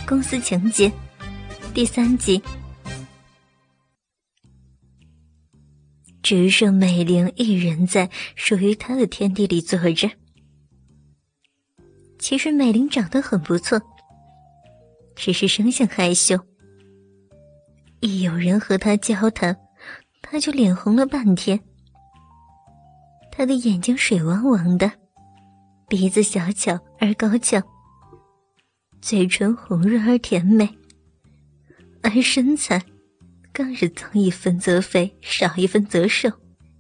公司情节第3集。只剩美玲一人在属于她的天地里坐着。其实美玲长得很不错，只是生性害羞，一有人和她交谈，她就脸红了半天。她的眼睛水汪汪的，鼻子小巧而高翘，嘴唇红润而甜美，而身材更是增一分则肥，少一分则瘦。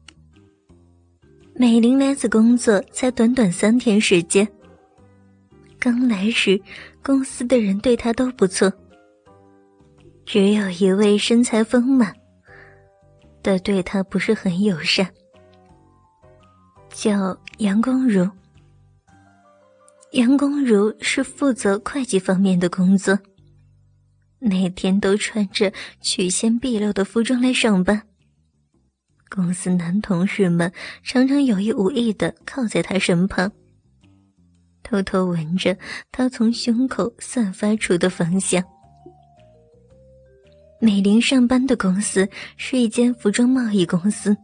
美玲来此工作才短短3天时间，刚来时公司的人对她都不错，只有一位身材丰满的对她不是很友善，叫杨恭如。杨恭如是负责会计方面的工作，每天都穿着曲线毕露的服装来上班。公司男同事们常常有意无意地靠在他身旁，偷偷闻着他从胸口散发出的芳香。美玲上班的公司是一间服装贸易公司。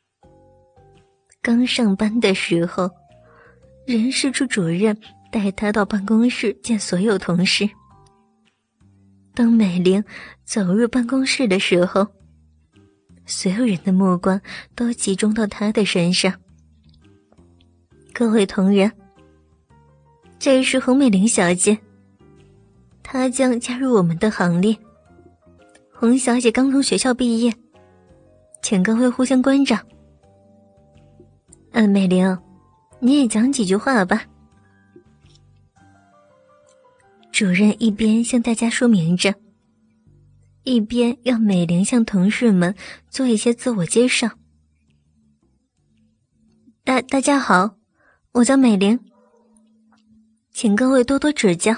刚上班的时候，人事处主任带她到办公室见所有同事。当美玲走入办公室的时候，所有人的目光都集中到她的身上。各位同仁，这是洪美玲小姐，她将加入我们的行列。洪小姐刚从学校毕业，请各位互相关照。美玲，你也讲几句话吧。主任一边向大家说明着，一边要美玲向同事们做一些自我介绍。大家好，我叫美玲，请各位多多指教。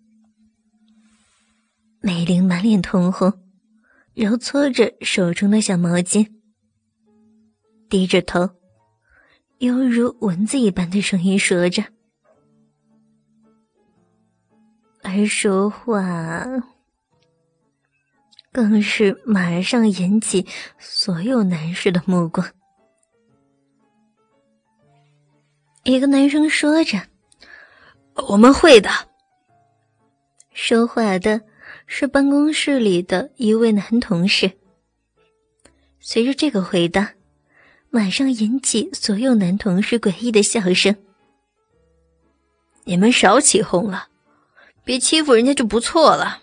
美玲满脸通红，揉搓着手中的小毛巾，低着头，犹如蚊子一般的声音说着，而说话更是马上引起所有男士的目光。一个男生说着，我们会的。说话的是办公室里的一位男同事。随着这个回答，马上引起所有男同事诡异的笑声。你们少起哄了，别欺负人家就不错了。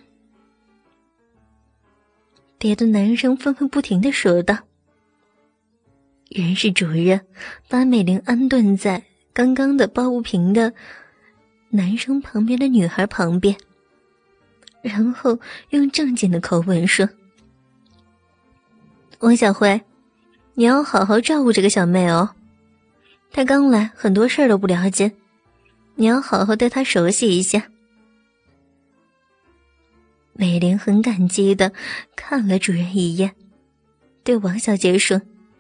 别的男生纷纷不停地说道。人事主任把美玲安顿在刚刚的抱不平的男生旁边的女孩旁边，然后用正经的口吻说，王小辉，你要好好照顾这个小妹哦，她刚来，很多事儿都不了解，你要好好带她熟悉一下。美玲很感激地看了主任一眼，对王小姐说，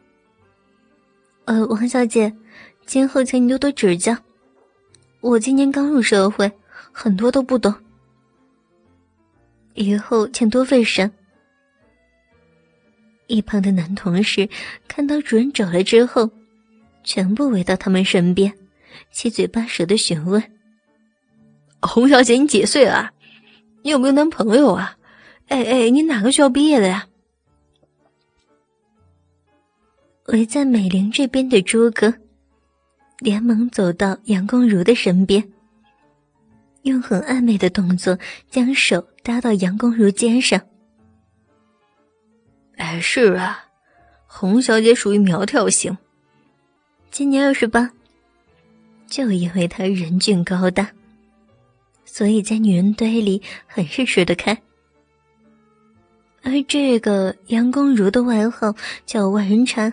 王小姐，今后请你多多指教，我今年刚入社会，很多都不懂，以后请多费神。一旁的男同事看到主任走了之后，全部围到他们身边，七嘴八舌地询问，洪小姐，你几岁了？你有没有男朋友啊？你哪个学校毕业的呀？围在美玲这边的诸葛连忙走到杨恭如的身边，用很暧昧的动作将手搭到杨恭如肩上。是啊，洪小姐属于苗条型，今年28，就因为她人俊高大，所以在女人堆里很是吃得开。而这个杨恭如的外号叫万人茶，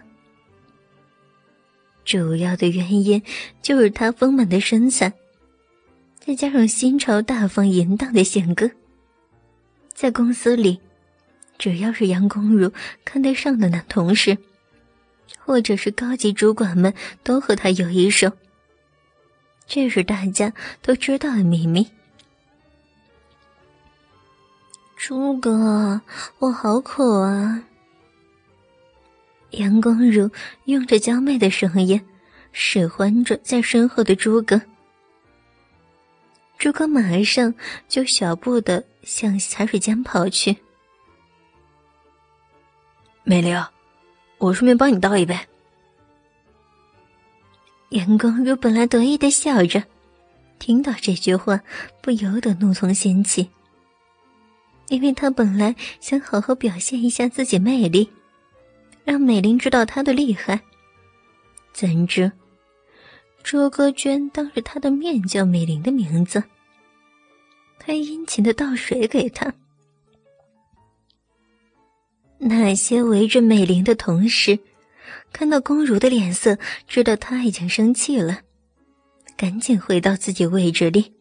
主要的原因就是她丰满的身材，再加上新潮大方淫荡的性格。在公司里，只要是杨恭如看得上的男同事，或者是高级主管们，都和她有一手，这是大家都知道的秘密。 朱哥，我好渴啊。杨光如用着娇媚的声音使唤着在身后的朱哥。朱哥马上就小步地向茶水间跑去。 美玲，我顺便帮你倒一杯。 杨光如本来得意地笑着，听到这句话不由得怒从心起，因为他本来想好好表现一下自己魅力，让美玲知道他的厉害，怎知朱哥居当着他的面叫美玲的名字，还殷勤地倒水给他。那些围着美玲的同事看到宫如的脸色，知道她已经生气了，赶紧回到自己位置里。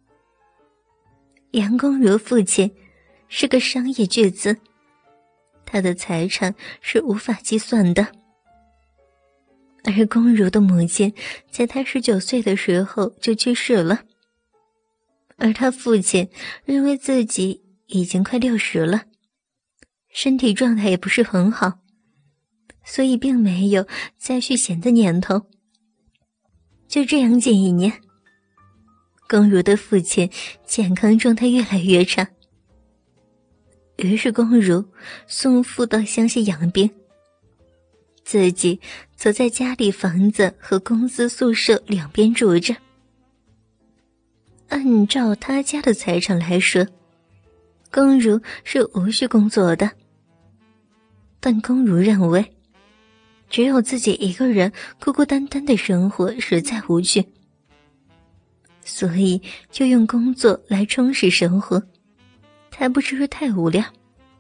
杨宫如父亲是个商业巨资，他的财产是无法计算的，而宫如的母亲在她19岁的时候就去世了，而他父亲认为自己已经快60了，身体状态也不是很好，所以并没有再续弦的念头。就这样近1年，宫如的父亲健康状态越来越差，于是宫如送父到乡下养病，自己则在家里房子和公司宿舍两边住着。按照他家的财产来说，宫如是无需工作的，但宫如认为只有自己一个人孤孤单单的生活实在无趣，所以就用工作来充实生活，才不至于太无聊。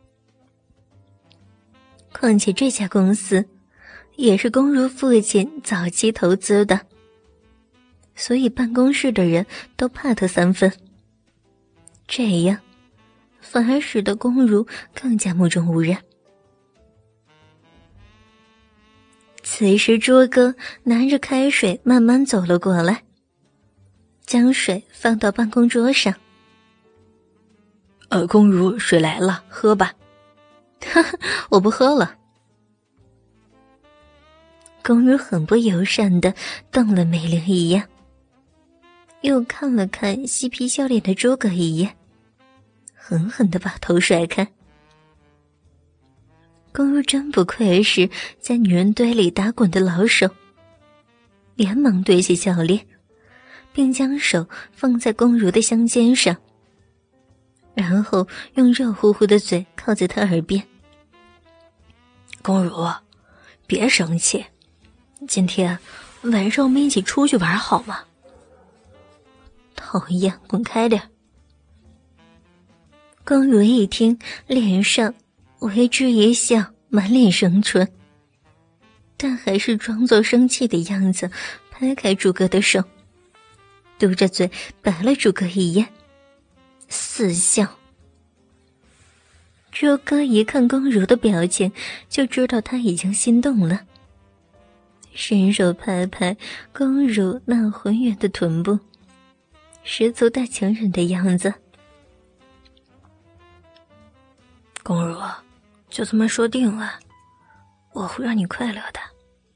况且这家公司也是宫如父亲早期投资的，所以办公室的人都怕他3分，这样反而使得宫如更加目中无人。此时卓哥拿着开水慢慢走了过来，将水放到办公桌上。 宫如，水来了，喝吧。 我不喝了。宫如很不友善地瞪了美玲一眼，又看了看嬉皮笑脸的诸葛一眼，狠狠地把头甩开。宫如真不愧是在女人堆里打滚的老手，连忙堆起笑脸，并将手放在宫如的香肩上，然后用热乎乎的嘴靠在她耳边。 宫如，别生气，今天晚上我们一起出去玩好吗？ 讨厌，滚开点。宫如一听，脸上为之一笑，满脸生春，但还是装作生气的样子，拍开诸葛的手，嘟着嘴白了诸葛一眼，死相。诸葛一看宫如的表情，就知道他已经心动了，伸手拍拍宫如那浑圆的臀部，十足大情人的样子。 宫如，就这么说定了，我会让你快乐的。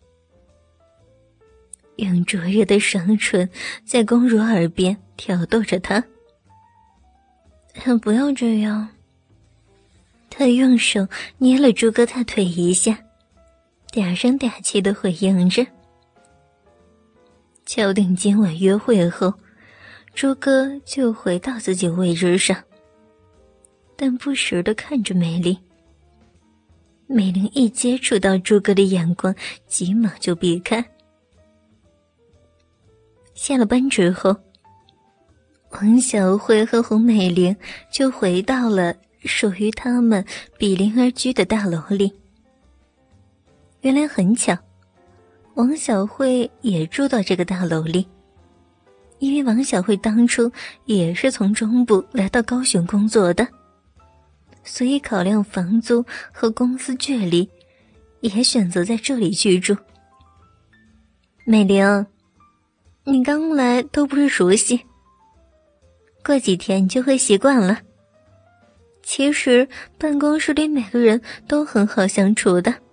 用灼热的双唇在宫如耳边挑逗着她。不要这样。他用手捏了诸葛大腿一下，嗲声嗲气地回应着。敲定今晚约会后，诸葛就回到自己位置上，但不时地看着美玲。美玲一接触到诸葛的眼光，急忙就避开。下了班之后，王小慧和洪美玲就回到了属于他们比邻而居的大楼里。原来很巧，王小慧也住到这个大楼里，因为王小慧当初也是从中部来到高雄工作的，所以考量房租和公司距离，也选择在这里居住。美玲，你刚来都不是熟悉，过几天你就会习惯了。 其实办公室里每个人都很好相处的。